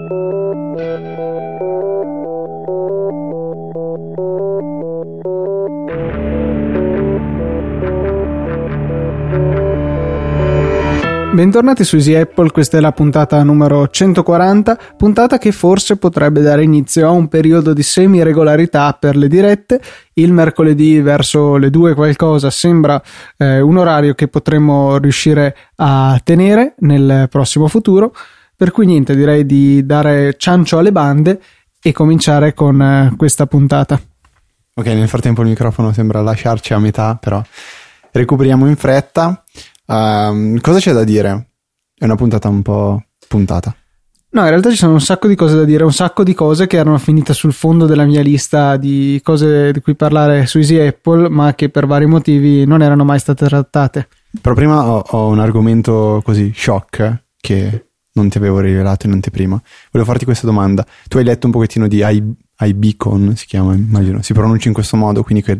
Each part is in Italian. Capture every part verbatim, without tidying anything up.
Bentornati su Easy Apple, questa è la puntata numero centoquaranta, puntata che forse potrebbe dare inizio a un periodo di semi-regolarità per le dirette. Il mercoledì verso le due qualcosa sembra eh, un orario che potremmo riuscire a tenere nel prossimo futuro, per cui niente, direi di dare ciancio alle bande e cominciare con eh, questa puntata. Ok, nel frattempo il microfono sembra lasciarci a metà, però recuperiamo in fretta. Um, cosa c'è da dire? È una puntata un po' puntata. No, in realtà ci sono un sacco di cose da dire, un sacco di cose che erano finite sul fondo della mia lista di cose di cui parlare su Easy Apple, ma che per vari motivi non erano mai state trattate. Però prima ho, ho un argomento così shock che non ti avevo rivelato in anteprima. Volevo farti questa domanda. Tu hai letto un pochettino di I, iBeacon, si chiama, immagino, si pronuncia in questo modo, quindi quel,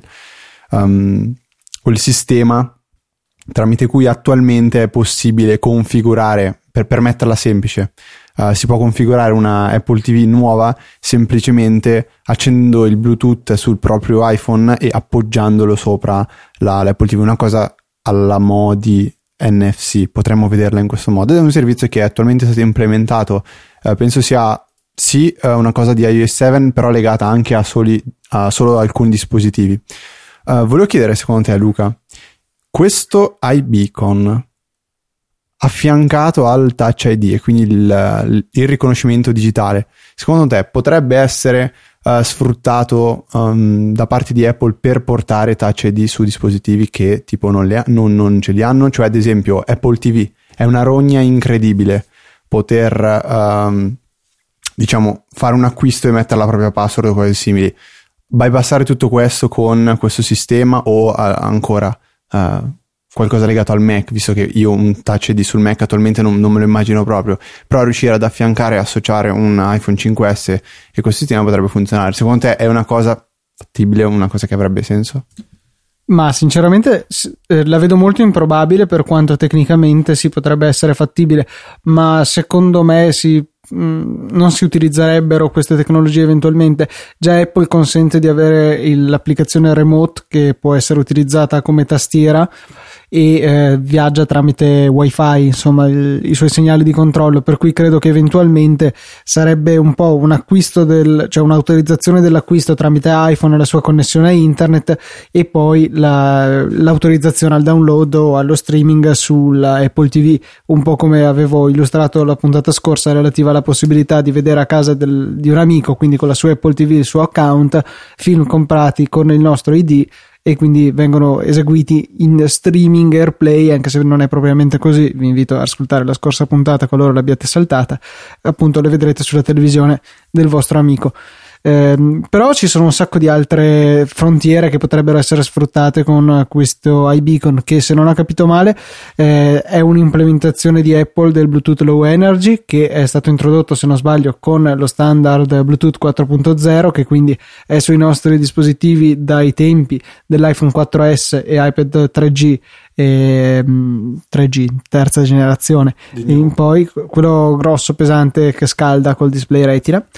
um, quel sistema tramite cui attualmente è possibile configurare, per, per metterla semplice, uh, si può configurare una Apple T V nuova semplicemente accendendo il Bluetooth sul proprio iPhone e appoggiandolo sopra la, l'Apple T V, una cosa alla modi N F C, potremmo vederla in questo modo. Ed è un servizio che attualmente è stato implementato, uh, penso sia sì uh, una cosa di iOS sette, però legata anche a, soli, a solo alcuni dispositivi. Uh, volevo chiedere secondo te, Luca, questo iBeacon affiancato al Touch I D e quindi il, il riconoscimento digitale, secondo te potrebbe essere uh, sfruttato um, da parte di Apple per portare Touch I D su dispositivi che tipo non, le ha, non, non ce li hanno? Cioè, ad esempio, Apple T V è una rogna incredibile poter um, diciamo fare un acquisto e mettere la propria password o cose simili. Bypassare tutto questo con questo sistema o uh, ancora Uh, qualcosa legato al Mac, visto che io un Touch I D sul Mac attualmente non, non me lo immagino proprio, però riuscire ad affiancare e associare un iPhone cinque S e questo sistema potrebbe funzionare. Secondo te è una cosa fattibile, una cosa che avrebbe senso? Ma sinceramente eh, la vedo molto improbabile, per quanto tecnicamente si potrebbe essere fattibile, ma secondo me si mh, non si utilizzerebbero queste tecnologie eventualmente. Già Apple consente di avere il, l'applicazione remote che può essere utilizzata come tastiera e eh, viaggia tramite wifi, insomma il, i suoi segnali di controllo, per cui credo che eventualmente sarebbe un po' un acquisto del, cioè un'autorizzazione dell'acquisto tramite iPhone e la sua connessione a internet e poi la, l'autorizzazione al download o allo streaming sulla Apple T V, un po' come avevo illustrato la puntata scorsa relativa alla possibilità di vedere a casa del, di un amico, quindi con la sua Apple T V, il suo account, film comprati con il nostro I D e quindi vengono eseguiti in streaming AirPlay, anche se non è propriamente così. Vi invito ad ascoltare la scorsa puntata qualora l'abbiate saltata, appunto le vedrete sulla televisione del vostro amico. Eh, però ci sono un sacco di altre frontiere che potrebbero essere sfruttate con questo iBeacon, che se non ho capito male eh, è un'implementazione di Apple del Bluetooth Low Energy, che è stato introdotto, se non sbaglio, con lo standard Bluetooth quattro punto zero, che quindi è sui nostri dispositivi dai tempi dell'iPhone quattro S e iPad tre G e tre G terza generazione in poi, quello grosso pesante che scalda col display retina.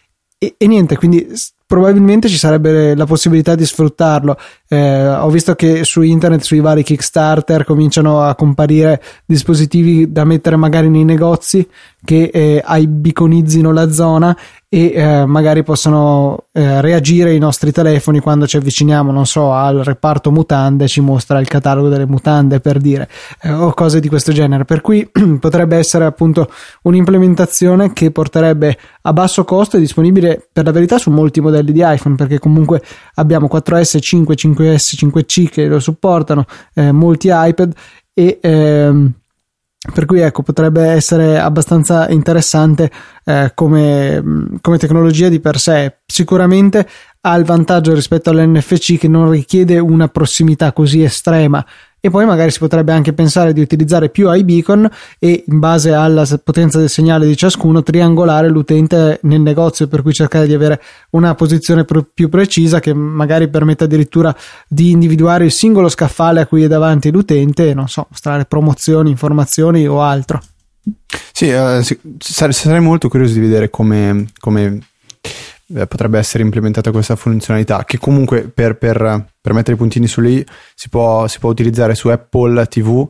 E, e niente, quindi probabilmente ci sarebbe la possibilità di sfruttarlo. Eh, ho visto che su internet, sui vari Kickstarter, cominciano a comparire dispositivi da mettere magari nei negozi che eh, iBeaconizzino la zona e eh, magari possono eh, reagire ai nostri telefoni quando ci avviciniamo, non so, al reparto mutande, ci mostra il catalogo delle mutande, per dire, eh, o cose di questo genere, per cui potrebbe essere appunto un'implementazione che porterebbe a basso costo e disponibile per la verità su molti modelli di iPhone, perché comunque abbiamo quattro S, cinque, cinque S, cinque C che lo supportano, eh, molti iPad e ehm, per cui ecco, potrebbe essere abbastanza interessante eh, come, come tecnologia di per sé. Sicuramente ha il vantaggio rispetto all'N F C che non richiede una prossimità così estrema, e poi magari si potrebbe anche pensare di utilizzare più iBeacon e, in base alla potenza del segnale di ciascuno, triangolare l'utente nel negozio, per cui cercare di avere una posizione pr- più precisa che magari permette addirittura di individuare il singolo scaffale a cui è davanti l'utente e, non so, mostrare promozioni, informazioni o altro. Sì, uh, sarei molto curioso di vedere come, come eh, potrebbe essere implementata questa funzionalità, che comunque per, per, per mettere i puntini su lì si può, si può utilizzare su Apple ti vu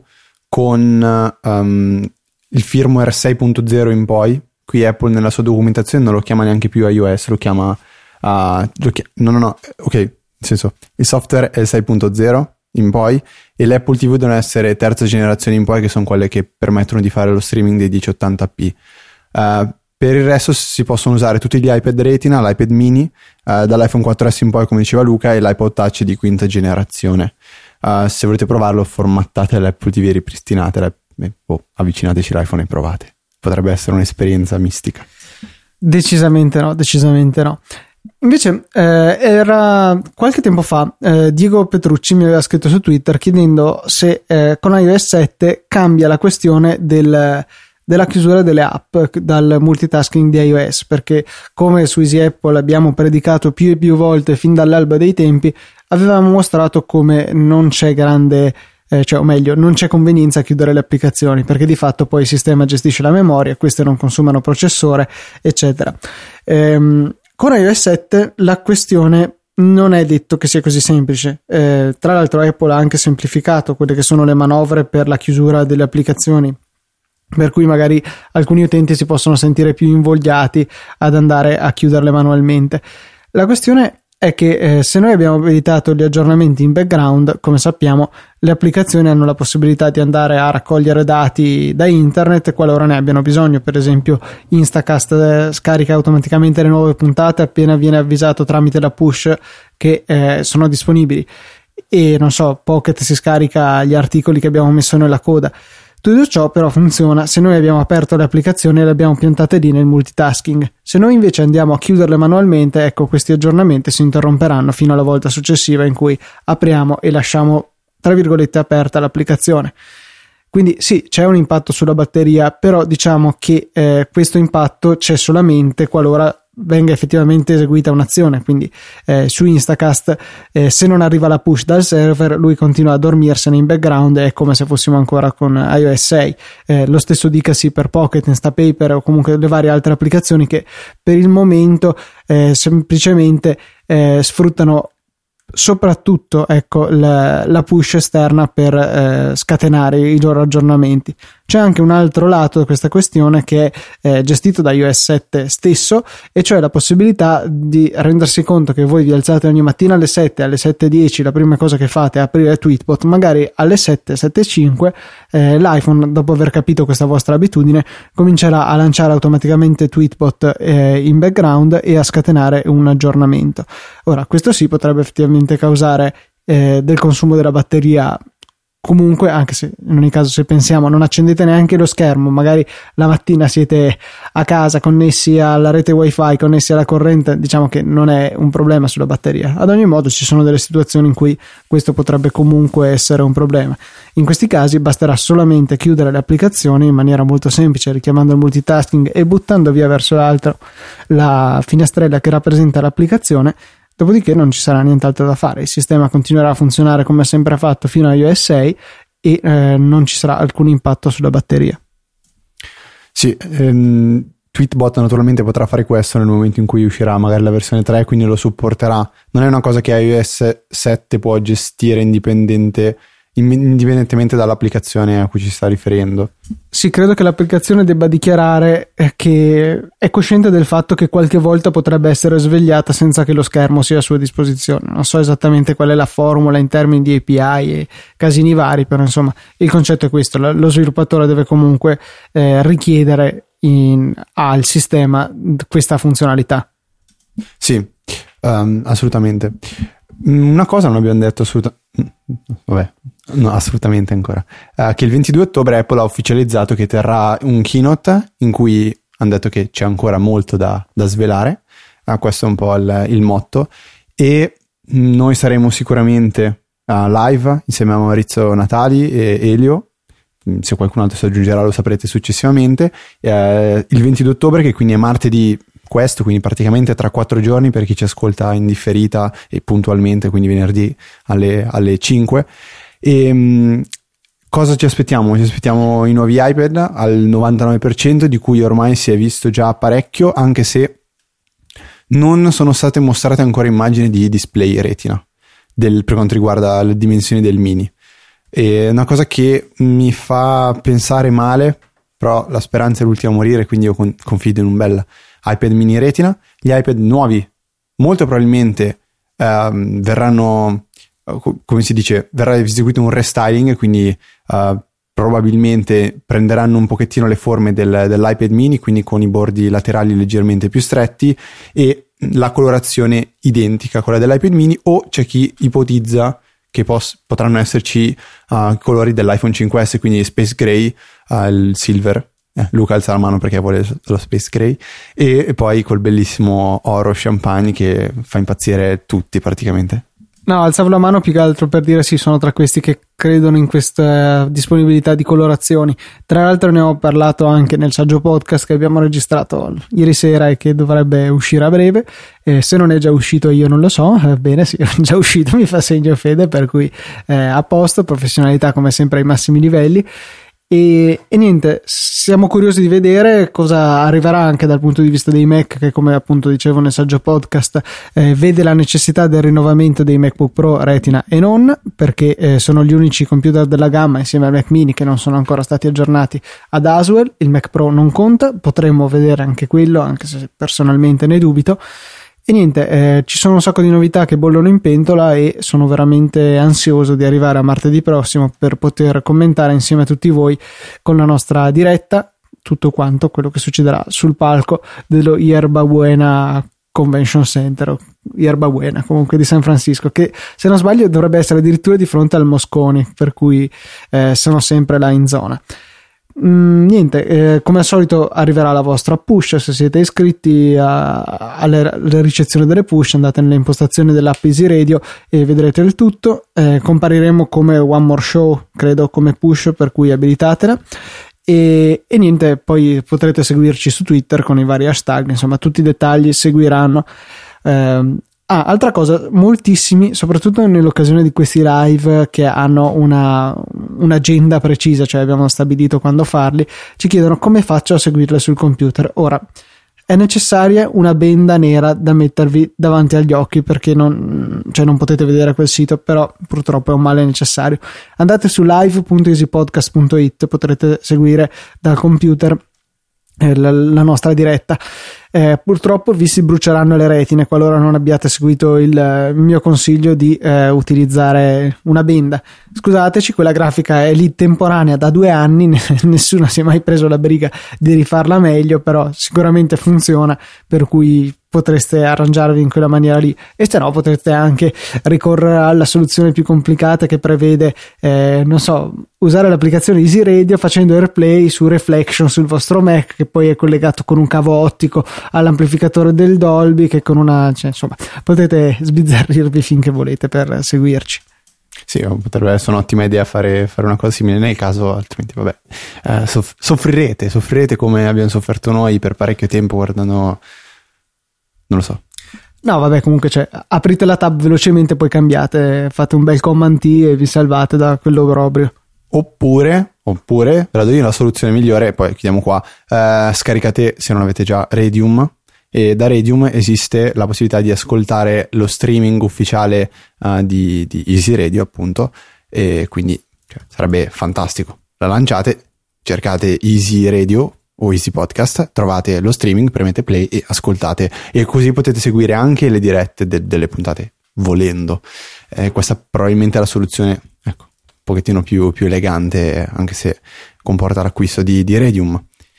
con um, il firmware sei punto zero in poi. Qui Apple nella sua documentazione non lo chiama neanche più iOS, lo chiama uh, lo chi- no no no ok, nel senso il software è il sei punto zero in poi e l'Apple ti vu devono essere terza generazione in poi, che sono quelle che permettono di fare lo streaming dei dieci ottanta p. Uh, per il resto si possono usare tutti gli iPad Retina, l'iPad mini, uh, dall'iPhone quattro esse in poi come diceva Luca, e l'iPod Touch di quinta generazione. Uh, se volete provarlo, formattate l'Apple ti vu e ripristinate, eh, oh, avvicinateci l'iPhone e provate. Potrebbe essere un'esperienza mistica. Decisamente no, decisamente no. Invece eh, era qualche tempo fa eh, Diego Petrucci mi aveva scritto su Twitter chiedendo se eh, con iOS sette cambia la questione del, della chiusura delle app dal multitasking di iOS, perché come su Easy Apple abbiamo predicato più e più volte fin dall'alba dei tempi, avevamo mostrato come non c'è grande Eh, cioè o meglio non c'è convenienza a chiudere le applicazioni, perché di fatto poi il sistema gestisce la memoria, queste non consumano processore eccetera. Ehm, con iOS sette la questione non è detto che sia così semplice. Eh, tra l'altro Apple ha anche semplificato quelle che sono le manovre per la chiusura delle applicazioni, per cui magari alcuni utenti si possono sentire più invogliati ad andare a chiuderle manualmente. La questione è che eh, se noi abbiamo abilitato gli aggiornamenti in background, come sappiamo, le applicazioni hanno la possibilità di andare a raccogliere dati da internet qualora ne abbiano bisogno. Per esempio Instacast eh, scarica automaticamente le nuove puntate appena viene avvisato tramite la push che eh, sono disponibili, e non so, Pocket si scarica gli articoli che abbiamo messo nella coda. Tutto ciò però funziona se noi abbiamo aperto le applicazioni e le abbiamo piantate lì nel multitasking. Se noi invece andiamo a chiuderle manualmente, ecco, questi aggiornamenti si interromperanno fino alla volta successiva in cui apriamo e lasciamo tra virgolette aperta l'applicazione. Quindi sì, c'è un impatto sulla batteria, però diciamo che eh, questo impatto c'è solamente qualora venga effettivamente eseguita un'azione. Quindi eh, su Instacast eh, se non arriva la push dal server, lui continua a dormirsene in background, è come se fossimo ancora con iOS sei. Eh, lo stesso dicasi per Pocket, Instapaper o comunque le varie altre applicazioni che per il momento eh, semplicemente eh, sfruttano soprattutto ecco la, la push esterna per eh, scatenare i loro aggiornamenti. C'è anche un altro lato di questa questione che è eh, gestito da iOS sette stesso, e cioè la possibilità di rendersi conto che voi vi alzate ogni mattina alle sette, alle sette e dieci la prima cosa che fate è aprire Tweetbot, magari alle sette, sette e cinque eh, l'iPhone, dopo aver capito questa vostra abitudine, comincerà a lanciare automaticamente Tweetbot eh, in background e a scatenare un aggiornamento. Ora questo sì potrebbe effettivamente causare eh, del consumo della batteria. Comunque, anche se in ogni caso, se pensiamo, non accendete neanche lo schermo, magari la mattina siete a casa connessi alla rete wifi, connessi alla corrente, diciamo che non è un problema sulla batteria. Ad ogni modo ci sono delle situazioni in cui questo potrebbe comunque essere un problema. In questi casi basterà solamente chiudere le applicazioni in maniera molto semplice, richiamando il multitasking e buttando via verso l'altro la finestrella che rappresenta l'applicazione. Dopodiché non ci sarà nient'altro da fare, il sistema continuerà a funzionare come ha sempre fatto fino a iOS sei e eh, non ci sarà alcun impatto sulla batteria. Sì, ehm, Tweetbot naturalmente potrà fare questo nel momento in cui uscirà magari la versione tre, quindi lo supporterà. Non è una cosa che iOS sette può gestire indipendente indipendentemente dall'applicazione a cui ci sta riferendo. Sì, credo che l'applicazione debba dichiarare che è cosciente del fatto che qualche volta potrebbe essere svegliata senza che lo schermo sia a sua disposizione. Non so esattamente qual è la formula in termini di A P I e casini vari, però insomma il concetto è questo: lo sviluppatore deve comunque eh, richiedere in, al sistema questa funzionalità. Sì, um, assolutamente. Una cosa non abbiamo detto assolutamente, vabbè, no, assolutamente ancora, uh, che il ventidue ottobre Apple ha ufficializzato che terrà un keynote in cui hanno detto che c'è ancora molto da, da svelare, uh, questo è un po' il, il motto, e noi saremo sicuramente uh, live insieme a Maurizio Natali e Elio. Se qualcun altro si aggiungerà lo saprete successivamente. Uh, il ventidue ottobre, che quindi è martedì questo, quindi praticamente tra quattro giorni per chi ci ascolta in differita e puntualmente, quindi venerdì alle, alle cinque. E mh, cosa ci aspettiamo? Ci aspettiamo i nuovi iPad al novantanove per cento, di cui ormai si è visto già parecchio, anche se non sono state mostrate ancora immagini di display retina del, per quanto riguarda le dimensioni del mini. È una cosa che mi fa pensare male, però la speranza è l'ultima a morire, quindi io con, confido in un bel iPad mini retina. Gli iPad nuovi molto probabilmente ehm, verranno, come si dice, verrà eseguito un restyling, quindi eh, probabilmente prenderanno un pochettino le forme del, dell'iPad mini, quindi con i bordi laterali leggermente più stretti e la colorazione identica a quella dell'iPad mini, o c'è chi ipotizza che pos- potranno esserci uh, colori dell'iPhone cinque esse, quindi Space Gray, uh, il Silver. Eh, Luca alza la mano perché vuole lo Space Gray, e, e poi col bellissimo oro champagne che fa impazzire tutti praticamente. No, alzavo la mano più che altro per dire sì, sono tra questi che credono in questa disponibilità di colorazioni. Tra l'altro ne ho parlato anche nel saggio podcast che abbiamo registrato ieri sera e che dovrebbe uscire a breve. Eh, se non è già uscito io non lo so, ebbene sì, è già uscito, mi fa segno Fede, per cui eh, a posto, professionalità come sempre ai massimi livelli. E, e niente, siamo curiosi di vedere cosa arriverà anche dal punto di vista dei Mac, che come appunto dicevo nel saggio podcast eh, vede la necessità del rinnovamento dei MacBook Pro Retina e non, perché eh, sono gli unici computer della gamma insieme al Mac Mini che non sono ancora stati aggiornati ad Haswell. Il Mac Pro non conta, potremmo vedere anche quello, anche se personalmente ne dubito. E niente, eh, ci sono un sacco di novità che bollono in pentola e sono veramente ansioso di arrivare a martedì prossimo per poter commentare insieme a tutti voi con la nostra diretta tutto quanto quello che succederà sul palco dello Yerba Buena Convention Center, o Yerba Buena comunque di San Francisco, che se non sbaglio dovrebbe essere addirittura di fronte al Moscone, per cui eh, sono sempre là in zona. Mm, niente, eh, come al solito arriverà la vostra push. Se siete iscritti a, alle, alle ricezioni delle push, andate nelle impostazioni dell'app Easy Radio e vedrete il tutto. Eh, compariremo come One More Show, credo, come push, per cui abilitatela. E, e niente, poi potrete seguirci su Twitter con i vari hashtag, insomma tutti i dettagli seguiranno. Eh, Ah, altra cosa, moltissimi, soprattutto nell'occasione di questi live che hanno una un'agenda precisa, cioè abbiamo stabilito quando farli, ci chiedono come faccio a seguirle sul computer. Ora, è necessaria una benda nera da mettervi davanti agli occhi, perché non, cioè non potete vedere quel sito, però purtroppo è un male necessario. Andate su live punto easypodcast punto it, potrete seguire dal computer eh, la, la nostra diretta. Eh, purtroppo vi si bruceranno le retine qualora non abbiate seguito il, il mio consiglio di eh, utilizzare una benda. Scusateci, quella grafica è lì temporanea da due anni, nessuno si è mai preso la briga di rifarla meglio, però sicuramente funziona, per cui potreste arrangiarvi in quella maniera lì. E se no potrete anche ricorrere alla soluzione più complicata che prevede eh, non so, usare l'applicazione Easy Radio facendo AirPlay su Reflection sul vostro Mac, che poi è collegato con un cavo ottico all'amplificatore del Dolby, che con una, cioè, insomma, potete sbizzarrirvi finché volete per seguirci. Sì, potrebbe essere un'ottima idea fare, fare una cosa simile nel caso, altrimenti vabbè, eh, soff- soffrirete, soffrirete come abbiamo sofferto noi per parecchio tempo guardando, non lo so. No, vabbè, comunque cioè, aprite la tab velocemente, poi cambiate, fate un bel command T e vi salvate da quell'obbrobrio. Oppure, oppure, ve la do io la soluzione migliore, e poi chiudiamo qua, eh, scaricate, se non avete già, Radium, e da Radium esiste la possibilità di ascoltare lo streaming ufficiale uh, di, di Easy Radio, appunto, e quindi cioè, sarebbe fantastico. La lanciate, cercate Easy Radio o Easy Podcast, trovate lo streaming, premete play e ascoltate, e così potete seguire anche le dirette de- delle puntate volendo. Eh, questa probabilmente è la soluzione, ecco, un pochettino più, più elegante, anche se comporta l'acquisto di, di Radium.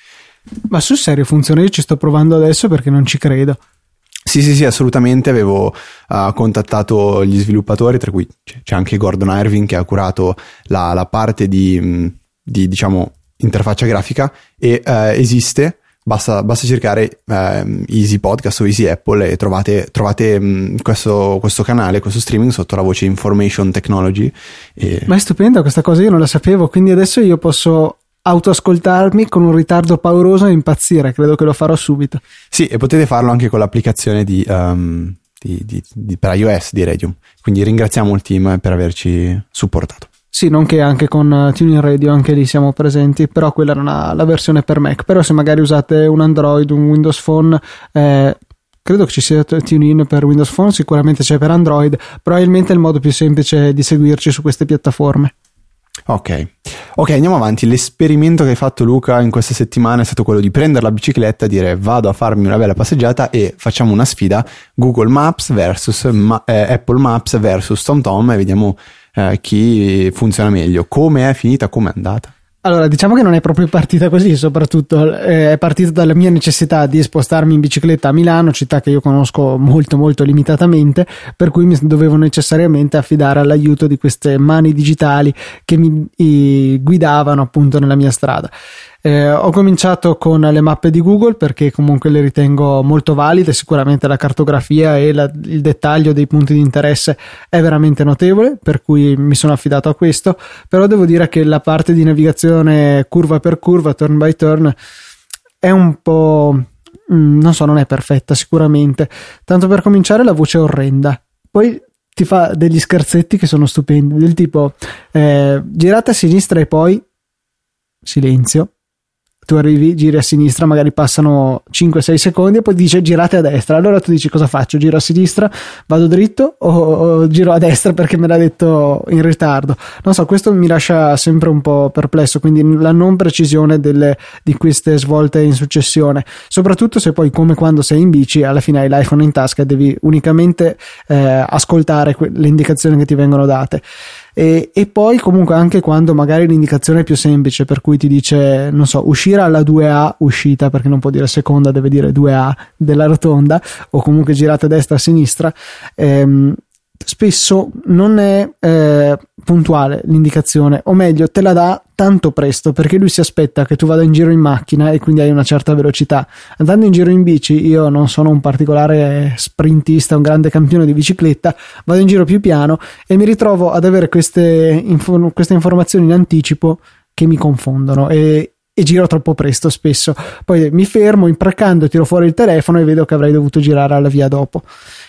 Ma sul serio funziona? Io ci sto provando adesso perché non ci credo. Sì, sì, sì, assolutamente. Avevo uh, contattato gli sviluppatori, tra cui c'è anche Gordon Irving che ha curato la, la parte di, di, diciamo, interfaccia grafica, e uh, esiste. Basta, basta cercare uh, Easy Podcast o Easy Apple e trovate, trovate um, questo, questo canale, questo streaming sotto la voce Information Technology. E... Ma è stupenda questa cosa, io non la sapevo, quindi adesso io posso autoascoltarmi con un ritardo pauroso e impazzire. Credo che lo farò subito. Sì, e potete farlo anche con l'applicazione di, um, di, di, di per iOS di Radium, quindi ringraziamo il team per averci supportato. Sì, nonché anche con uh, TuneIn Radio, anche lì siamo presenti, però quella non ha la versione per Mac. Però se magari usate un Android, un Windows Phone, eh, credo che ci sia TuneIn per Windows Phone, sicuramente c'è per Android, probabilmente è il modo più semplice di seguirci su queste piattaforme. Ok, ok, andiamo avanti. L'esperimento che hai fatto, Luca, in questa settimana è stato quello di prendere la bicicletta, dire vado a farmi una bella passeggiata e facciamo una sfida: Google Maps versus ma- eh, Apple Maps versus TomTom, e vediamo eh, chi funziona meglio. Come è finita, come è andata? Allora, diciamo che non è proprio partita così, soprattutto eh, è partita dalla mia necessità di spostarmi in bicicletta a Milano, città che io conosco molto molto limitatamente, per cui mi dovevo necessariamente affidare all'aiuto di queste mani digitali che mi i, guidavano appunto nella mia strada. Eh, ho cominciato con le mappe di Google perché comunque le ritengo molto valide, sicuramente la cartografia e la, il dettaglio dei punti di interesse è veramente notevole, per cui mi sono affidato a questo. Però devo dire che la parte di navigazione curva per curva, turn by turn, è un po', non so, non è perfetta sicuramente. Tanto per cominciare, la voce è orrenda, poi ti fa degli scherzetti che sono stupendi, del tipo eh, girate a sinistra e poi silenzio. Tu arrivi, giri a sinistra, magari passano cinque sei secondi e poi dice girate a destra. Allora tu dici cosa faccio? Giro a sinistra, vado dritto o, o giro a destra perché me l'ha detto in ritardo? Non so, questo mi lascia sempre un po' perplesso, quindi la non precisione delle, di queste svolte in successione, soprattutto se poi, come quando sei in bici, alla fine hai l'iPhone in tasca e devi unicamente eh, ascoltare que- le indicazioni che ti vengono date. E, e poi comunque anche quando magari l'indicazione è più semplice, per cui ti dice, non so, uscire alla due A, uscita, perché non può dire seconda, deve dire due A della rotonda, o comunque girate a destra a sinistra, ehm, spesso non è eh, puntuale l'indicazione, o meglio te la dà tanto presto perché lui si aspetta che tu vada in giro in macchina e quindi hai una certa velocità. Andando in giro in bici, io non sono un particolare sprintista, un grande campione di bicicletta, vado in giro più piano e mi ritrovo ad avere queste, infor- queste informazioni in anticipo che mi confondono e e giro troppo presto spesso, poi mi fermo imprecando, tiro fuori il telefono e vedo che avrei dovuto girare alla via dopo.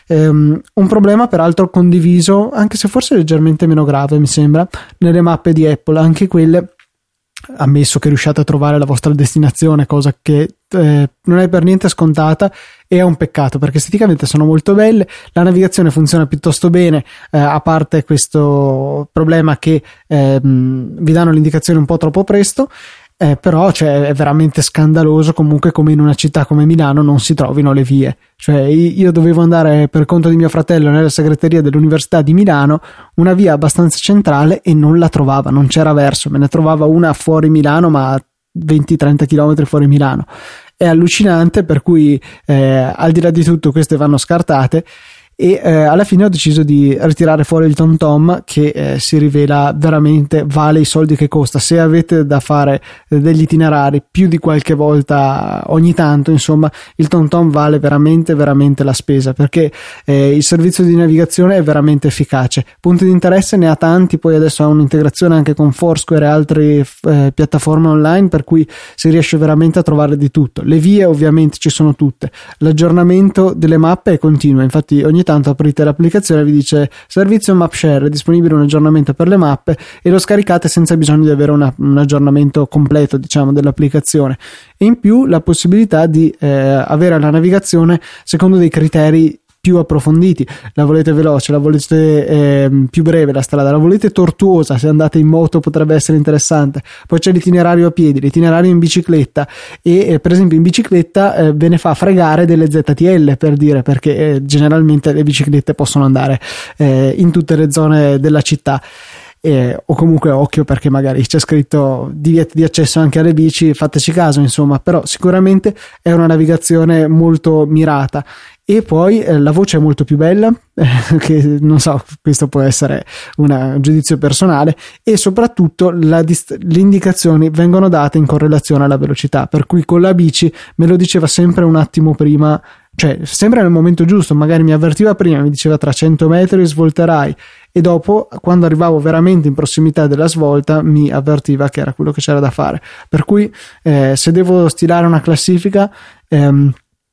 Um, un problema peraltro condiviso, anche se forse leggermente meno grave mi sembra, nelle mappe di Apple, anche quelle, ammesso che riusciate a trovare la vostra destinazione, cosa che eh, non è per niente scontata e è un peccato perché esteticamente sono molto belle, la navigazione funziona piuttosto bene, eh, a parte questo problema che eh, vi danno l'indicazione un po' troppo presto. Eh, però cioè, è veramente scandaloso comunque come in una città come Milano non si trovino le vie. Cioè io dovevo andare per conto di mio fratello nella segreteria dell'Università di Milano, una via abbastanza centrale, e non la trovava, non c'era verso, me ne trovava una fuori Milano ma a venti trenta chilometri fuori Milano. È allucinante, per cui eh, al di là di tutto queste vanno scartate. E eh, alla fine ho deciso di ritirare fuori il TomTom, che eh, si rivela veramente vale i soldi che costa. Se avete da fare eh, degli itinerari più di qualche volta ogni tanto, insomma, il TomTom vale veramente veramente la spesa, perché eh, il servizio di navigazione è veramente efficace, punti di interesse ne ha tanti, poi adesso ha un'integrazione anche con Foursquare e altre eh, piattaforme online, per cui si riesce veramente a trovare di tutto. Le vie ovviamente ci sono tutte, l'aggiornamento delle mappe è continuo, infatti ogni tanto aprite l'applicazione e vi dice servizio MapShare, è disponibile un aggiornamento per le mappe, e lo scaricate senza bisogno di avere una, un aggiornamento completo, diciamo, dell'applicazione. E in più la possibilità di eh, avere la navigazione secondo dei criteri più approfonditi. La volete veloce, la volete eh, più breve la strada, la volete tortuosa, se andate in moto potrebbe essere interessante. Poi c'è l'itinerario a piedi, l'itinerario in bicicletta, e eh, per esempio in bicicletta eh, ve ne fa fregare delle Z T L, per dire, perché eh, generalmente le biciclette possono andare eh, in tutte le zone della città. Eh, o comunque occhio, perché magari c'è scritto divieto di accesso anche alle bici, fateci caso, insomma. Però sicuramente è una navigazione molto mirata. E poi eh, la voce è molto più bella, eh, che non so, questo può essere una, un giudizio personale, e soprattutto la dist- le indicazioni vengono date in correlazione alla velocità, per cui con la bici me lo diceva sempre un attimo prima, cioè sempre nel momento giusto, magari mi avvertiva prima, mi diceva tra cento metri svolterai, e dopo, quando arrivavo veramente in prossimità della svolta, mi avvertiva che era quello che c'era da fare. Per cui eh, se devo stilare una classifica, ehm,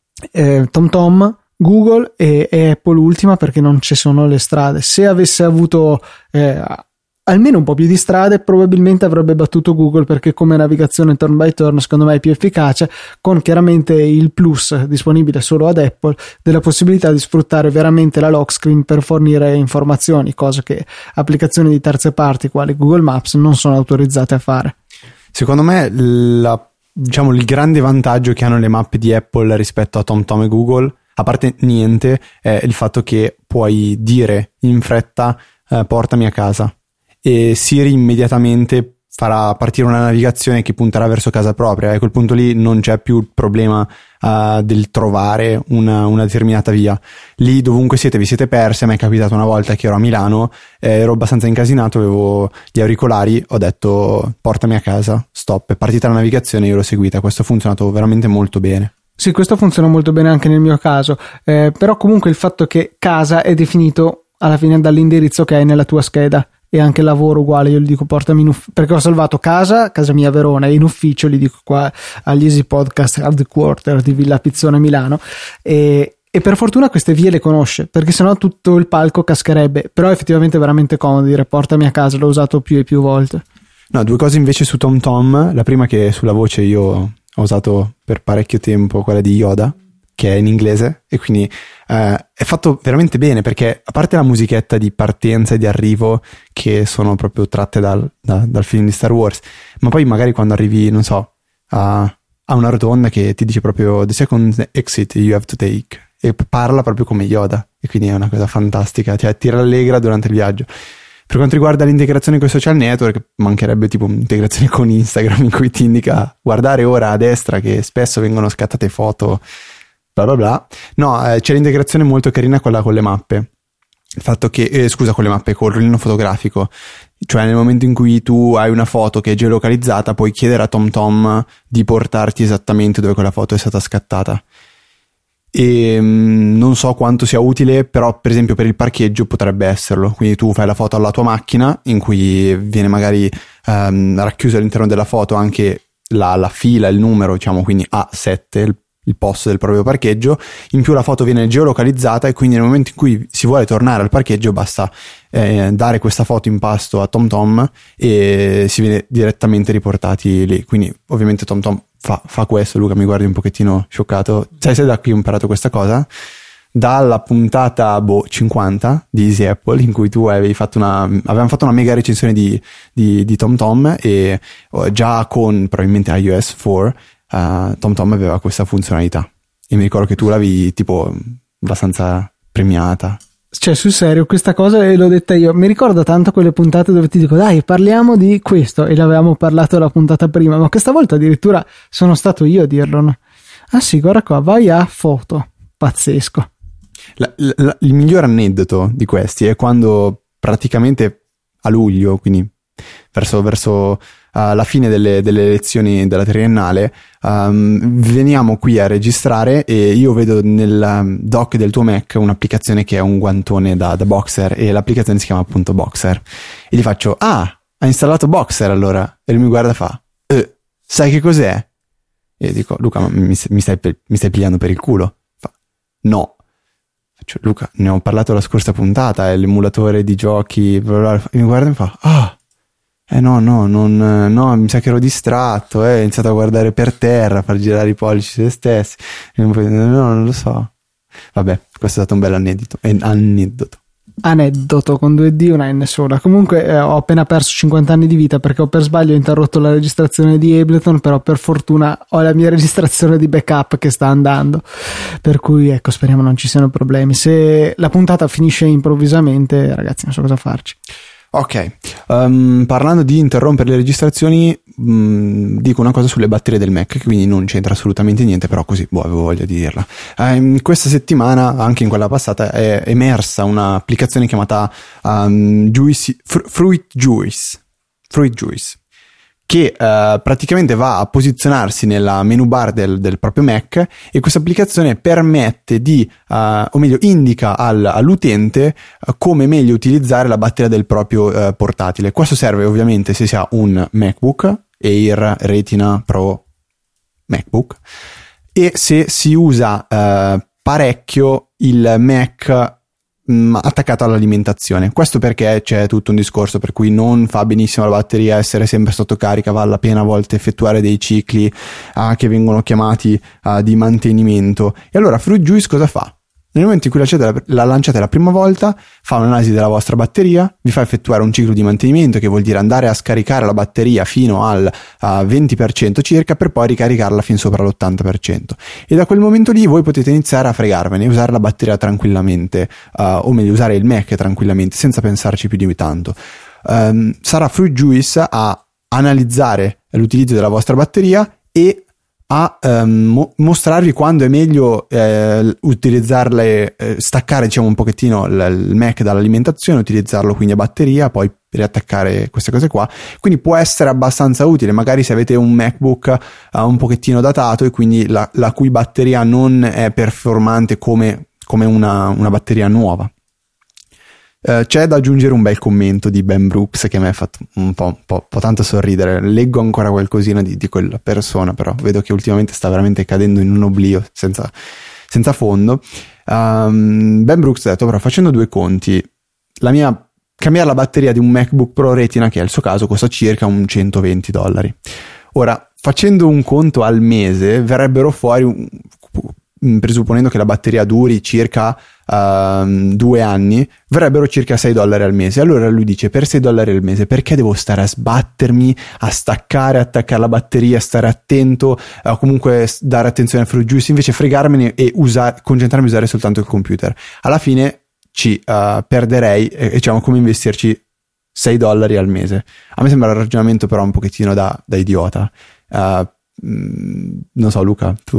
eh, TomTom, Google e, e Apple ultima, perché non ci sono le strade. Se avesse avuto eh, almeno un po' più di strade, probabilmente avrebbe battuto Google, perché come navigazione turn by turn secondo me è più efficace, con chiaramente il plus disponibile solo ad Apple della possibilità di sfruttare veramente la lock screen per fornire informazioni, cosa che applicazioni di terze parti quali Google Maps non sono autorizzate a fare. Secondo me la, diciamo, il grande vantaggio che hanno le mappe di Apple rispetto a TomTom e Google, a parte niente, è il fatto che puoi dire in fretta eh, portami a casa, e Siri immediatamente farà partire una navigazione che punterà verso casa propria, e a quel punto lì non c'è più il problema uh, del trovare una, una determinata via. Lì dovunque siete, vi siete persi. A me è capitato una volta che ero a Milano, eh, ero abbastanza incasinato, avevo gli auricolari, ho detto portami a casa, stop, è partita la navigazione e io l'ho seguita. Questo ha funzionato veramente molto bene. Sì, questo funziona molto bene anche nel mio caso, eh, però comunque il fatto che casa è definito alla fine dall'indirizzo che hai nella tua scheda, e anche il lavoro uguale, io gli dico portami in ufficio, perché ho salvato casa, casa mia a Verona, e in ufficio gli dico qua agli Easy Podcast Headquarter di Villa Pizzone Milano, e, e per fortuna queste vie le conosce, perché sennò tutto il palco cascherebbe. Però effettivamente è veramente comodo dire portami a casa, l'ho usato più e più volte. No, due cose invece su TomTom. La prima, che sulla voce io ho usato per parecchio tempo quella di Yoda, che è in inglese, e quindi eh, è fatto veramente bene, perché a parte la musichetta di partenza e di arrivo che sono proprio tratte dal, da, dal film di Star Wars, ma poi magari quando arrivi, non so, a, a una rotonda che ti dice proprio the second exit you have to take, e parla proprio come Yoda, e quindi è una cosa fantastica, cioè ti rallegra durante il viaggio. Per quanto riguarda l'integrazione con i social network, mancherebbe tipo un'integrazione con Instagram in cui ti indica guardare ora a destra che spesso vengono scattate foto bla bla bla. No, eh, c'è l'integrazione molto carina quella con le mappe. Il fatto che, eh, scusa, con le mappe, col rullino fotografico. Cioè nel momento in cui tu hai una foto che è geolocalizzata, puoi chiedere a TomTom di portarti esattamente dove quella foto è stata scattata. E mh, non so quanto sia utile, però per esempio per il parcheggio potrebbe esserlo. Quindi tu fai la foto alla tua macchina, in cui viene magari ehm, racchiuso all'interno della foto anche la, la fila, il numero, diciamo, quindi A sette, il il posto del proprio parcheggio. In più la foto viene geolocalizzata, e quindi nel momento in cui si vuole tornare al parcheggio basta eh, dare questa foto in pasto a TomTom e si viene direttamente riportati lì. Quindi ovviamente TomTom fa, fa questo. Luca mi guardi un pochettino scioccato. Sai se da qui ho imparato questa cosa? Dalla puntata boh, cinquanta di Easy Apple, in cui tu avevi fatto una avevamo fatto una mega recensione di, di, di TomTom, e oh, già con probabilmente iOS quattro Uh, TomTom aveva questa funzionalità, e mi ricordo che tu l'avevi tipo abbastanza premiata. Cioè sul serio, questa cosa l'ho detta io. Mi ricordo tanto quelle puntate dove ti dico dai parliamo di questo, e l'avevamo parlato la puntata prima, ma questa volta addirittura sono stato io a dirlo, no? Ah sì, guarda qua, vai a foto, pazzesco. La, la, il miglior aneddoto di questi è quando praticamente a luglio, quindi verso, verso Uh, alla fine delle, delle lezioni della triennale, um, veniamo qui a registrare, e io vedo nel um, dock del tuo Mac un'applicazione che è un guantone da, da boxer, e l'applicazione si chiama appunto Boxer, e gli faccio ah, ha installato Boxer allora, e lui mi guarda e fa eh, sai che cos'è? E io dico Luca, ma mi, mi, stai, mi stai pigliando per il culo? Fa no. Faccio Luca, ne ho parlato la scorsa puntata, è l'emulatore di giochi, bla bla bla. E mi guarda e mi fa ah, Eh no, no, non, no, mi sa che ero distratto, eh, ho iniziato a guardare per terra, a far girare i pollici se stessi. No, non lo so. Vabbè, questo è stato un bel aneddoto. Eh, aneddoto. Aneddoto con due D, una N sola. Comunque eh, ho appena perso cinquanta anni di vita, perché ho per sbaglio interrotto la registrazione di Ableton, però per fortuna ho la mia registrazione di backup che sta andando. Per cui ecco, speriamo non ci siano problemi. Se la puntata finisce improvvisamente, ragazzi, non so cosa farci. Ok, um, parlando di interrompere le registrazioni, mh, dico una cosa sulle batterie del Mac, che quindi non c'entra assolutamente niente, però così, boh, avevo voglia di dirla. Um, questa settimana, anche in quella passata, è emersa un'applicazione chiamata um, Juice, Fr- Fruit Juice, Fruit Juice, che uh, praticamente va a posizionarsi nella menu bar del, del proprio Mac, e questa applicazione permette di, uh, o meglio indica al, all'utente uh, come meglio utilizzare la batteria del proprio uh, portatile. Questo serve ovviamente se si ha un MacBook Air, Retina, Pro, MacBook, e se si usa uh, parecchio il Mac mh, attaccato all'alimentazione. Questo perché c'è tutto un discorso per cui non fa benissimo la batteria essere sempre sotto carica, vale la pena a volte effettuare dei cicli uh, che vengono chiamati uh, di mantenimento. E allora Fruit Juice cosa fa? Nel momento in cui la, la lanciate la prima volta, fa un'analisi della vostra batteria, vi fa effettuare un ciclo di mantenimento, che vuol dire andare a scaricare la batteria fino al uh, venti per cento circa, per poi ricaricarla fin sopra l'ottanta per cento. E da quel momento lì voi potete iniziare a fregarvene, usare la batteria tranquillamente, uh, o meglio usare il Mac tranquillamente, senza pensarci più di tanto. Um, sarà Fruit Juice a analizzare l'utilizzo della vostra batteria e a um, mostrarvi quando è meglio eh, utilizzarle, eh, staccare diciamo un pochettino l- il Mac dall'alimentazione, utilizzarlo quindi a batteria, poi riattaccare queste cose qua. Quindi può essere abbastanza utile, magari se avete un MacBook uh, un pochettino datato e quindi la, la cui batteria non è performante come, come una, una batteria nuova. Uh, c'è da aggiungere un bel commento di Ben Brooks che mi ha fatto un po', un po', un po' tanto sorridere. Leggo ancora qualcosina di, di quella persona, però vedo che ultimamente sta veramente cadendo in un oblio senza, senza fondo. Um, Ben Brooks ha detto: però facendo due conti, la mia cambiare la batteria di un MacBook Pro Retina, che è il suo caso, costa circa un centoventi dollari. Ora, facendo un conto al mese, verrebbero fuori un, presupponendo che la batteria duri circa uh, due anni, verrebbero circa sei dollari al mese. Allora lui dice: per sei dollari al mese perché devo stare a sbattermi, a staccare, attaccare la batteria, stare attento, uh, comunque dare attenzione a Fruit Juice, invece fregarmene e usare, concentrarmi a usare soltanto il computer. Alla fine ci uh, perderei, e diciamo come investirci sei dollari al mese. A me sembra il ragionamento però un pochettino da, da idiota. Uh, mh, non so, Luca, tu...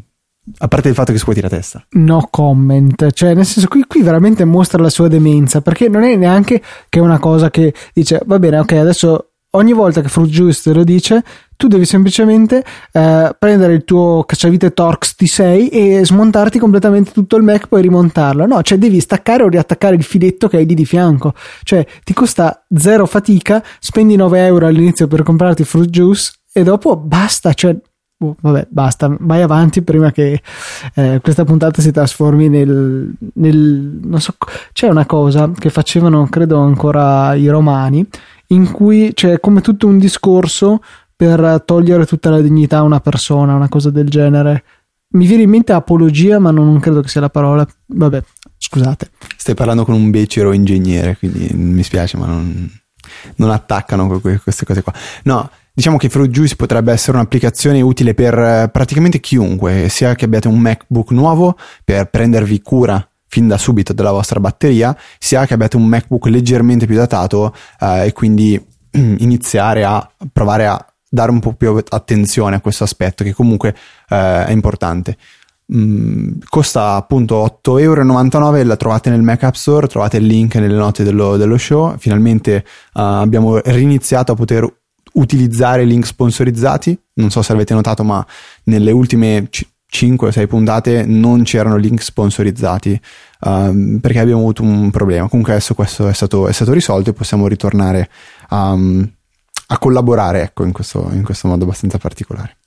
A parte il fatto che scuoti la testa. No comment, cioè nel senso qui, qui veramente mostra la sua demenza, perché non è neanche che è una cosa che dice va bene, ok, adesso ogni volta che Fruit Juice te lo dice tu devi semplicemente eh, prendere il tuo cacciavite Torx T sei e smontarti completamente tutto il Mac, poi rimontarlo. No, cioè devi staccare o riattaccare il filetto che hai lì di fianco, cioè ti costa zero fatica, spendi nove euro all'inizio per comprarti Fruit Juice e dopo basta, cioè Oh, vabbè, basta, vai avanti prima che eh, questa puntata si trasformi nel, nel non so, c'è una cosa che facevano credo ancora i romani, in cui c'è come tutto un discorso per togliere tutta la dignità a una persona, una cosa del genere. Mi viene in mente apologia, ma non credo che sia la parola, vabbè, scusate. Stai parlando con un becero ingegnere, quindi mi spiace, ma non, non attaccano queste cose qua. No, diciamo che Fruit Juice potrebbe essere un'applicazione utile per praticamente chiunque, sia che abbiate un MacBook nuovo per prendervi cura fin da subito della vostra batteria, sia che abbiate un MacBook leggermente più datato eh, e quindi iniziare a provare a dare un po' più attenzione a questo aspetto che comunque eh, è importante. Mm, costa appunto otto virgola novantanove euro, la trovate nel Mac App Store, trovate il link nelle note dello, dello show. Finalmente uh, abbiamo riniziato a poter utilizzare link sponsorizzati. Non so se avete notato, ma nelle ultime cinque o sei puntate non c'erano link sponsorizzati um, perché abbiamo avuto un problema. Comunque adesso questo è stato, è stato risolto e possiamo ritornare a, a collaborare, ecco, in questo, in questo modo abbastanza particolare.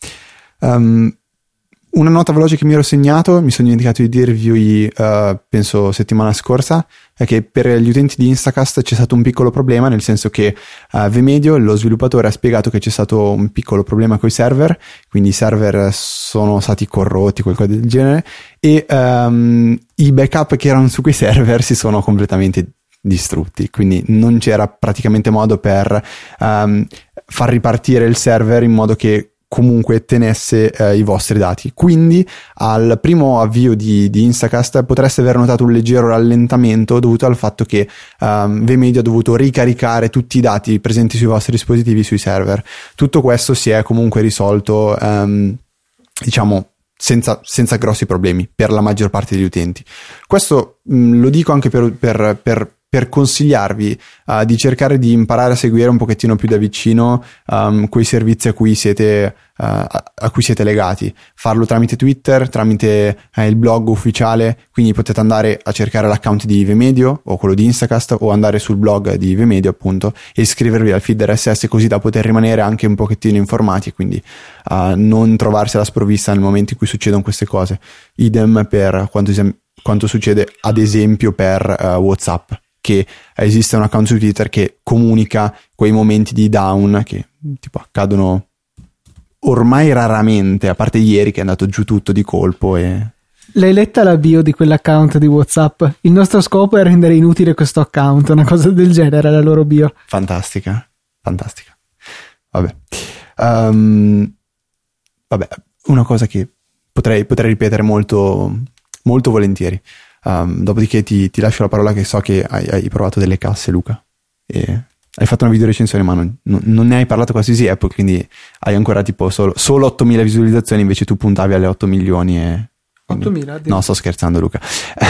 Um, Una nota veloce che mi ero segnato, mi sono dimenticato di dirvi, uh, penso settimana scorsa, è che per gli utenti di Instacast c'è stato un piccolo problema, nel senso che uh, Vmedio, lo sviluppatore, ha spiegato che c'è stato un piccolo problema con i server, quindi i server sono stati corrotti, qualcosa del genere, e um, i backup che erano su quei server si sono completamente distrutti, quindi non c'era praticamente modo per um, far ripartire il server in modo che comunque tenesse eh, i vostri dati. Quindi al primo avvio di, di Instacast potreste aver notato un leggero rallentamento dovuto al fatto che um, Vmedio ha dovuto ricaricare tutti i dati presenti sui vostri dispositivi sui server. Tutto questo si è comunque risolto um, diciamo senza, senza grossi problemi per la maggior parte degli utenti. Questo mh, lo dico anche per, per, per per consigliarvi uh, di cercare di imparare a seguire un pochettino più da vicino um, quei servizi a cui siete uh, a, a cui siete legati. Farlo tramite Twitter, tramite uh, il blog ufficiale, quindi potete andare a cercare l'account di Vmedio o quello di Instacast o andare sul blog di Vmedio appunto e iscrivervi al feed R S S, così da poter rimanere anche un pochettino informati e quindi uh, non trovarsi alla sprovvista nel momento in cui succedono queste cose. Idem per quanto sia quanto succede ad esempio per uh, WhatsApp, che esiste un account su Twitter che comunica quei momenti di down che tipo accadono ormai raramente, a parte ieri che è andato giù tutto di colpo. E l'hai letta la bio di quell'account di WhatsApp? Il nostro scopo è rendere inutile questo account, una cosa del genere, la loro bio. Fantastica, fantastica. Vabbè. Um, vabbè, una cosa che potrei, potrei ripetere molto, molto volentieri. Um, dopodiché ti, ti lascio la parola, che so che hai, hai provato delle casse, Luca, e hai fatto una video recensione, ma non, non, non ne hai parlato quasi sì Apple, quindi hai ancora tipo solo, solo ottomila visualizzazioni, invece tu puntavi alle otto milioni e... ottomila? No, sto scherzando, Luca.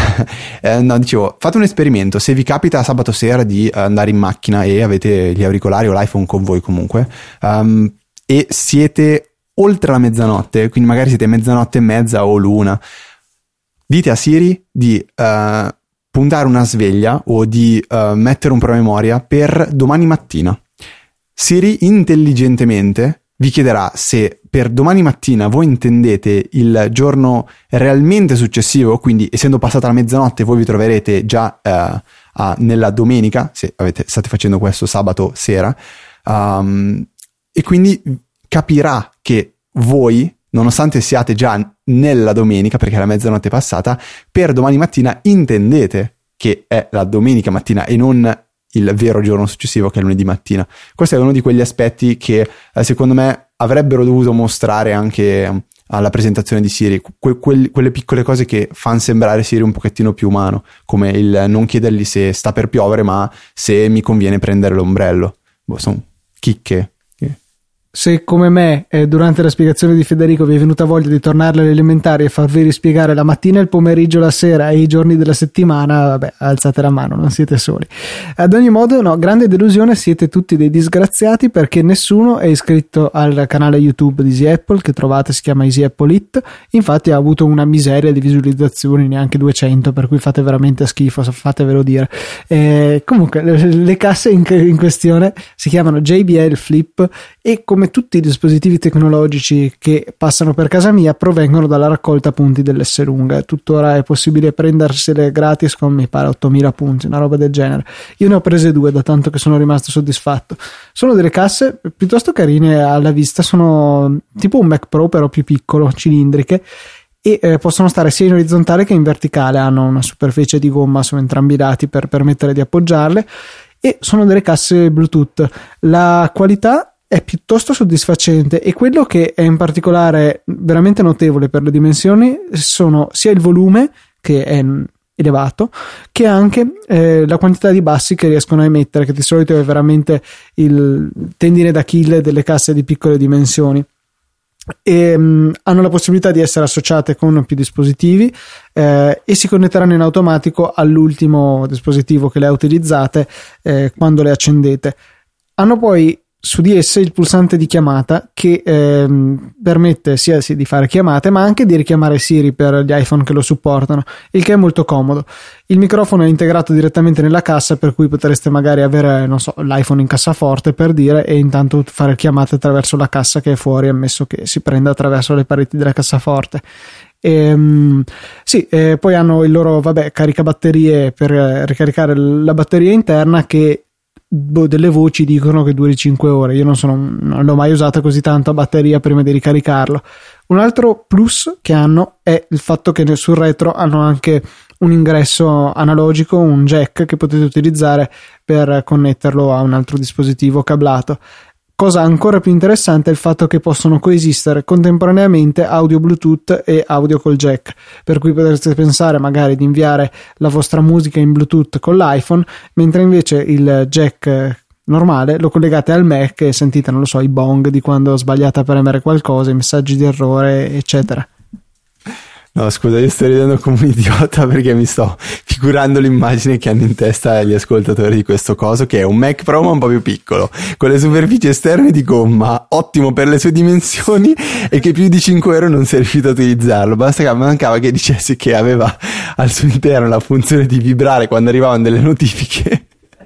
eh, no, dicevo, fate un esperimento. Se vi capita sabato sera di andare in macchina e avete gli auricolari o l'iPhone con voi comunque, um, e siete oltre la mezzanotte, quindi magari siete mezzanotte e mezza o l'una, dite a Siri di uh, puntare una sveglia o di uh, mettere un promemoria per domani mattina. Siri intelligentemente vi chiederà se per domani mattina voi intendete il giorno realmente successivo, quindi essendo passata la mezzanotte voi vi troverete già uh, uh, nella domenica, se avete, state facendo questo sabato sera, um, e quindi capirà che voi, nonostante siate già nella domenica perché è la mezzanotte passata, per domani mattina intendete che è la domenica mattina e non il vero giorno successivo che è lunedì mattina. Questo è uno di quegli aspetti che eh, secondo me avrebbero dovuto mostrare anche um, alla presentazione di Siri, que- que- quelle piccole cose che fanno sembrare Siri un pochettino più umano, come il non chiedergli se sta per piovere ma se mi conviene prendere l'ombrello. Boh, sono chicche. Se come me eh, durante la spiegazione di Federico vi è venuta voglia di tornare alle elementari e farvi rispiegare la mattina, il pomeriggio, la sera e i giorni della settimana, vabbè, alzate la mano, non siete soli. Ad ogni modo, no, grande delusione, siete tutti dei disgraziati perché nessuno è iscritto al canale YouTube di Easy Apple, che trovate, si chiama Easy Apple It. Infatti ha avuto una miseria di visualizzazioni, neanche duecento, per cui fate veramente schifo, fatevelo dire. Eh, comunque le, le casse in, in questione si chiamano J B L Flip e come come tutti i dispositivi tecnologici che passano per casa mia provengono dalla raccolta punti dell'Esselunga. Tuttora è possibile prendersele gratis con, mi pare, ottomila punti, una roba del genere. Io ne ho prese due da tanto che sono rimasto soddisfatto. Sono delle casse piuttosto carine alla vista, sono tipo un Mac Pro però più piccolo, cilindriche, e eh, possono stare sia in orizzontale che in verticale, hanno una superficie di gomma su entrambi i lati per permettere di appoggiarle, e sono delle casse Bluetooth. La qualità è piuttosto soddisfacente e quello che è in particolare veramente notevole per le dimensioni sono sia il volume, che è elevato, che anche eh, la quantità di bassi che riescono a emettere, che di solito è veramente il tendine d'Achille delle casse di piccole dimensioni. E, um, hanno la possibilità di essere associate con più dispositivi eh, e si connetteranno in automatico all'ultimo dispositivo che le ha utilizzate eh, quando le accendete. Hanno poi su di esse il pulsante di chiamata che ehm, permette sia sì, di fare chiamate ma anche di richiamare Siri per gli iPhone che lo supportano, il che è molto comodo. Il microfono è integrato direttamente nella cassa, per cui potreste magari avere, non so, l'iPhone in cassaforte per dire, e intanto fare chiamate attraverso la cassa che è fuori, ammesso che si prenda attraverso le pareti della cassaforte. E, um, sì, eh, poi hanno il loro vabbè caricabatterie per eh, ricaricare la batteria interna, che boh, delle voci dicono che duri cinque ore. Io non sono non l'ho mai usata così tanto a batteria prima di ricaricarlo. Un altro plus che hanno è il fatto che sul retro hanno anche un ingresso analogico, un jack che potete utilizzare per connetterlo a un altro dispositivo cablato. Cosa ancora più interessante è il fatto che possono coesistere contemporaneamente audio Bluetooth e audio col jack, per cui potreste pensare magari di inviare la vostra musica in Bluetooth con l'iPhone, mentre invece il jack normale lo collegate al Mac e sentite, non lo so, i bong di quando sbagliate a premere qualcosa, i messaggi di errore, eccetera. No, scusa, io sto ridendo come un idiota perché mi sto figurando l'immagine che hanno in testa gli ascoltatori di questo coso, che è un Mac Pro ma un po' più piccolo, con le superfici esterne di gomma, ottimo per le sue dimensioni, e che più di cinque euro non si è riuscito a utilizzarlo. Basta che mancava che dicessi che aveva al suo interno la funzione di vibrare quando arrivavano delle notifiche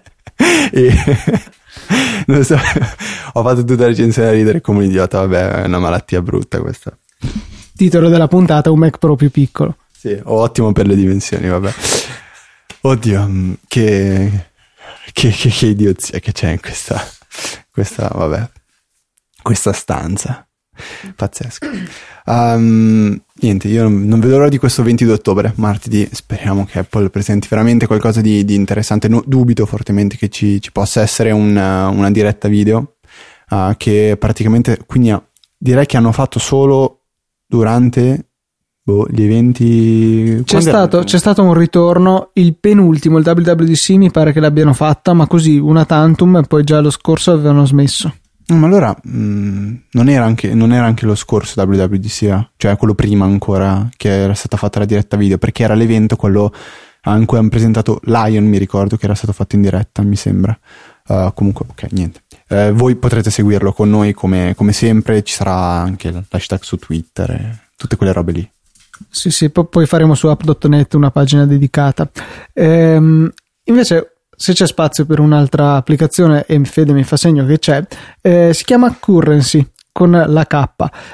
e non so, ho fatto tutta la recensione a ridere come un idiota. Vabbè, è una malattia brutta questa. Titolo della puntata: un Mac Pro più piccolo. Sì, ottimo per le dimensioni, vabbè. Oddio, che, che, che, che idiozia che c'è in questa, questa, vabbè, questa stanza. Pazzesco. Um, niente, io non, non vedo l'ora di questo ventidue ottobre, martedì. Speriamo che Apple presenti veramente qualcosa di, di interessante. No, dubito fortemente che ci, ci possa essere una, una diretta video, uh, che praticamente, quindi uh, direi che hanno fatto solo durante... Boh, gli eventi c'è stato, c'è stato un ritorno, il penultimo, il W W D C mi pare che l'abbiano fatta, ma così una tantum, e poi già lo scorso avevano smesso. No, ma allora mh, non era anche non era anche lo scorso W W D C, eh? Cioè quello prima ancora che era stata fatta la diretta video, perché era l'evento quello in cui hanno presentato Lion, mi ricordo che era stato fatto in diretta, mi sembra. Uh, comunque, ok, niente. Uh, voi potrete seguirlo con noi come, come sempre, ci sarà anche l'hashtag su Twitter e tutte quelle robe lì. Sì, sì, poi faremo su app punto net una pagina dedicata. Ehm, invece, se c'è spazio per un'altra applicazione, e Fede mi fa segno che c'è, eh, si chiama Currency con la K.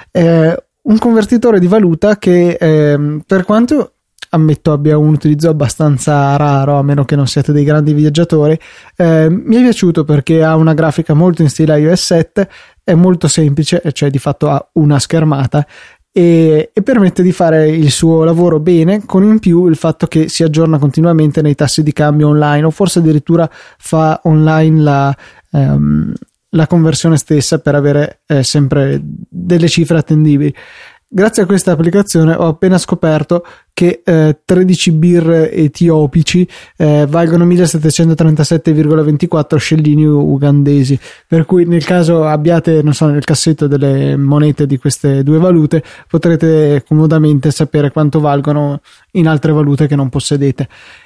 È un convertitore di valuta che, eh, per quanto ammetto abbia un utilizzo abbastanza raro, a meno che non siate dei grandi viaggiatori, eh, mi è piaciuto perché ha una grafica molto in stile iOS sette, è molto semplice, cioè di fatto ha una schermata, E, e permette di fare il suo lavoro bene, con in più il fatto che si aggiorna continuamente nei tassi di cambio online, o forse addirittura fa online la, ehm, la conversione stessa per avere eh, sempre delle cifre attendibili. Grazie a questa applicazione ho appena scoperto che eh, tredici birre etiopici eh, valgono millesettecentotrentasette virgola ventiquattro scellini ugandesi, per cui nel caso abbiate, non so, nel cassetto delle monete di queste due valute, potrete comodamente sapere quanto valgono in altre valute che non possedete.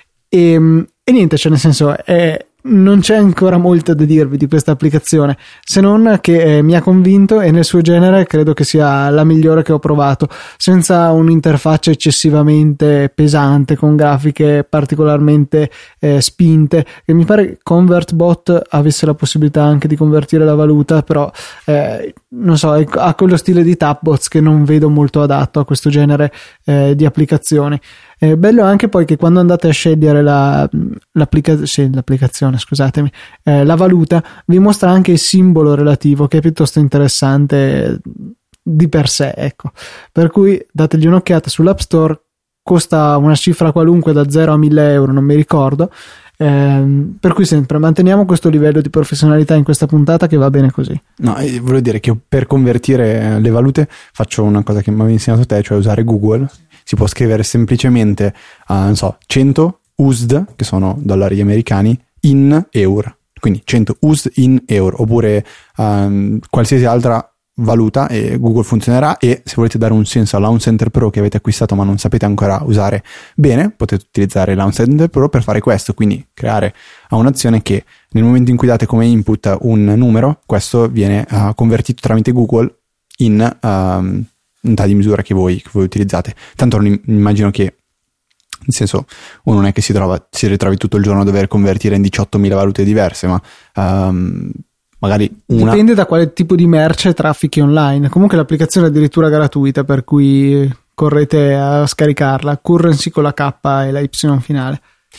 E, e niente, cioè nel senso è... non c'è ancora molto da dirvi di questa applicazione, se non che eh, mi ha convinto, e nel suo genere credo che sia la migliore che ho provato, senza un'interfaccia eccessivamente pesante con grafiche particolarmente eh, spinte, e mi pare che ConvertBot avesse la possibilità anche di convertire la valuta, però eh, non so, ha quello stile di Tapbots che non vedo molto adatto a questo genere eh, di applicazioni. È bello anche poi che quando andate a scegliere la, l'applica- sì, l'applicazione, scusatemi, eh, la valuta, vi mostra anche il simbolo relativo, che è piuttosto interessante di per sé, ecco. Per cui dategli un'occhiata sull'App Store, costa una cifra qualunque da zero a mille euro, non mi ricordo, eh, per cui sempre manteniamo questo livello di professionalità in questa puntata, che va bene così. No, volevo dire che per convertire le valute faccio una cosa che mi avevi insegnato te, cioè usare Google. Si può scrivere semplicemente, uh, non so, cento U S D, che sono dollari americani, in euro. Quindi cento U S D in euro, oppure um, qualsiasi altra valuta, e Google funzionerà. E se volete dare un senso all'Launch Center Pro che avete acquistato ma non sapete ancora usare bene, potete utilizzare Launch Center Pro per fare questo, quindi creare un'azione che nel momento in cui date come input un numero, questo viene uh, convertito tramite Google in... Um, unità di misura che voi, che voi utilizzate. Tanto non immagino che, nel senso, uno non è che si trova si ritrovi tutto il giorno a dover convertire in diciottomila valute diverse, ma um, magari una... Dipende da quale tipo di merce traffichi online. Comunque l'applicazione è addirittura gratuita, per cui correte a scaricarla. Currency con la K e la Y finale.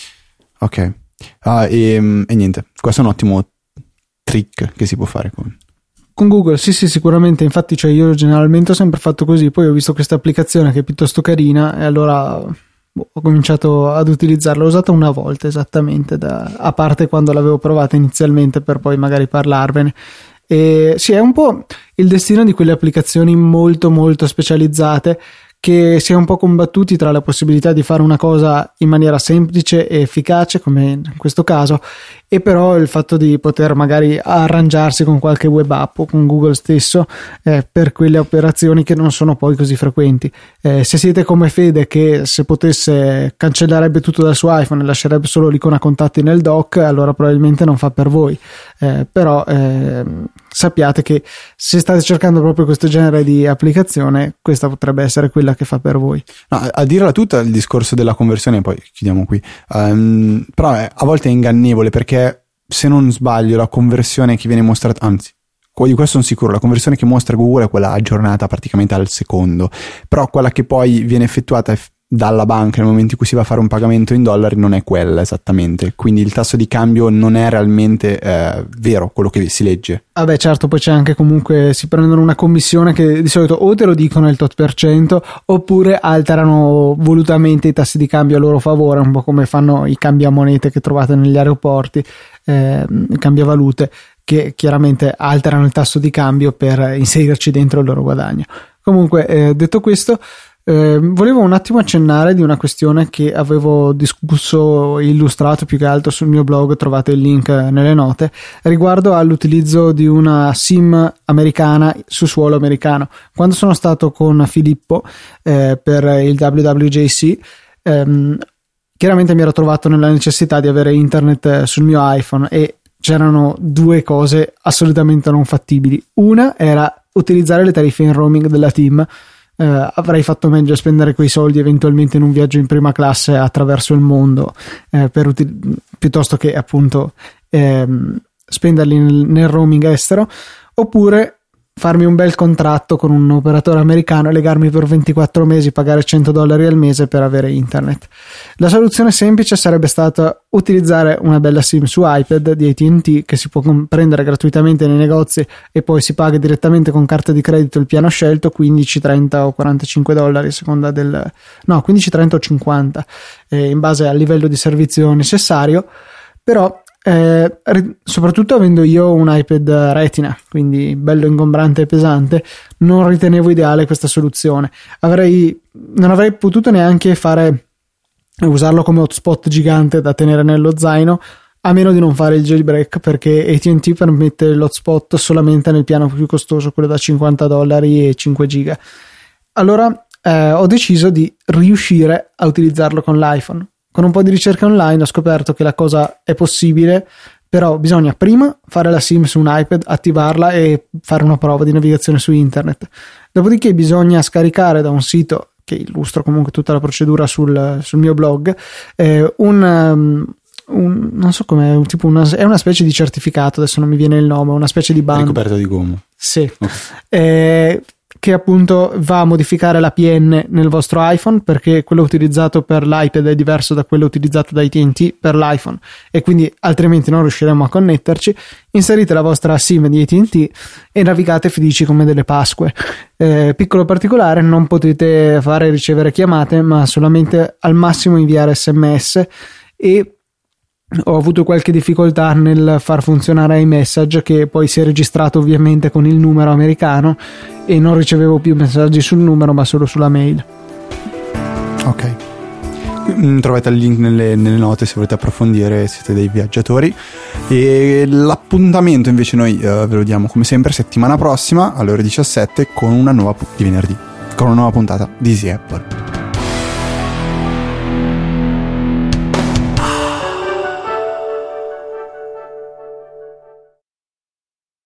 Ok. Uh, e, e niente, questo è un ottimo trick che si può fare con... Con Google, sì sì, sicuramente. Infatti, cioè, io generalmente ho sempre fatto così, poi ho visto questa applicazione che è piuttosto carina, e allora boh, ho cominciato ad utilizzarla. L'ho usata una volta esattamente, da, a parte quando l'avevo provata inizialmente, per poi magari parlarvene. E sì, è un po' il destino di quelle applicazioni molto molto specializzate, che si è un po' combattuti tra la possibilità di fare una cosa in maniera semplice e efficace, come in questo caso, e però il fatto di poter magari arrangiarsi con qualche web app o con Google stesso eh, per quelle operazioni che non sono poi così frequenti. Eh, se siete come Fede, che se potesse cancellerebbe tutto dal suo iPhone e lascerebbe solo l'icona contatti nel dock, allora probabilmente non fa per voi. Eh, però eh, sappiate che se state cercando proprio questo genere di applicazione, questa potrebbe essere quella che fa per voi. No, a dirla tutta, il discorso della conversione, poi chiudiamo qui, um, però è, a volte è ingannevole, perché se non sbaglio la conversione che viene mostrata, anzi di questo sono sicuro, la conversione che mostra Google è quella aggiornata praticamente al secondo, però quella che poi viene effettuata dalla banca nel momento in cui si va a fare un pagamento in dollari non è quella esattamente, quindi il tasso di cambio non è realmente eh, vero quello che si legge. Ah beh, certo, poi c'è anche comunque, si prendono una commissione che di solito o te lo dicono il tot per cento oppure alterano volutamente i tassi di cambio a loro favore, un po' come fanno i cambiamonete che trovate negli aeroporti, eh, i cambiavalute, che chiaramente alterano il tasso di cambio per inserirci dentro il loro guadagno. Comunque, eh, detto questo, Eh, volevo un attimo accennare di una questione che avevo discusso e illustrato più che altro sul mio blog, trovate il link nelle note, riguardo all'utilizzo di una SIM americana su suolo americano. Quando sono stato con Filippo eh, per il W W J C, ehm, chiaramente mi ero trovato nella necessità di avere internet sul mio iPhone e c'erano due cose assolutamente non fattibili. Una era utilizzare le tariffe in roaming della TIM. Uh, avrei fatto meglio a spendere quei soldi eventualmente in un viaggio in prima classe attraverso il mondo eh, per uti- piuttosto che appunto ehm, spenderli nel, nel roaming estero, oppure farmi un bel contratto con un operatore americano, legarmi per ventiquattro mesi, pagare cento dollari al mese per avere internet. La soluzione semplice sarebbe stata utilizzare una bella SIM su iPad di A T and T che si può prendere gratuitamente nei negozi e poi si paga direttamente con carta di credito il piano scelto, quindici, trenta o quarantacinque dollari a seconda del no quindici, trenta o cinquanta eh, in base al livello di servizio necessario. Però Eh, soprattutto avendo io un iPad Retina, quindi bello ingombrante e pesante, non ritenevo ideale questa soluzione. Avrei, non avrei potuto neanche fare usarlo come hotspot gigante da tenere nello zaino, a meno di non fare il jailbreak, perché A T and T permette l'hotspot solamente nel piano più costoso, quello da cinquanta dollari e cinque giga. Allora eh, ho deciso di riuscire a utilizzarlo con l'iPhone. Con un po' di ricerca online ho scoperto che la cosa è possibile, però bisogna prima fare la SIM su un iPad, attivarla e fare una prova di navigazione su internet. Dopodiché bisogna scaricare da un sito, che illustro comunque tutta la procedura sul, sul mio blog, eh, un, um, un non so com'è, tipo una, è una specie di certificato, adesso non mi viene il nome, una specie di band. Ricoperto di gomma. Sì. Okay. Eh, che appunto va a modificare la P N nel vostro iPhone, perché quello utilizzato per l'iPad è diverso da quello utilizzato da A T and T per l'iPhone e quindi altrimenti non riusciremo a connetterci. Inserite la vostra SIM di A T and T e navigate felici come delle Pasque. Eh, piccolo particolare, non potete fare ricevere chiamate, ma solamente al massimo inviare sms, e ho avuto qualche difficoltà nel far funzionare iMessage, che poi si è registrato ovviamente con il numero americano e non ricevevo più messaggi sul numero ma solo sulla mail. Ok, trovate il link nelle, nelle note se volete approfondire, siete dei viaggiatori. E l'appuntamento invece noi uh, ve lo diamo come sempre settimana prossima alle ore diciassette con una nuova pu- di venerdì con una nuova puntata di Easy Apple.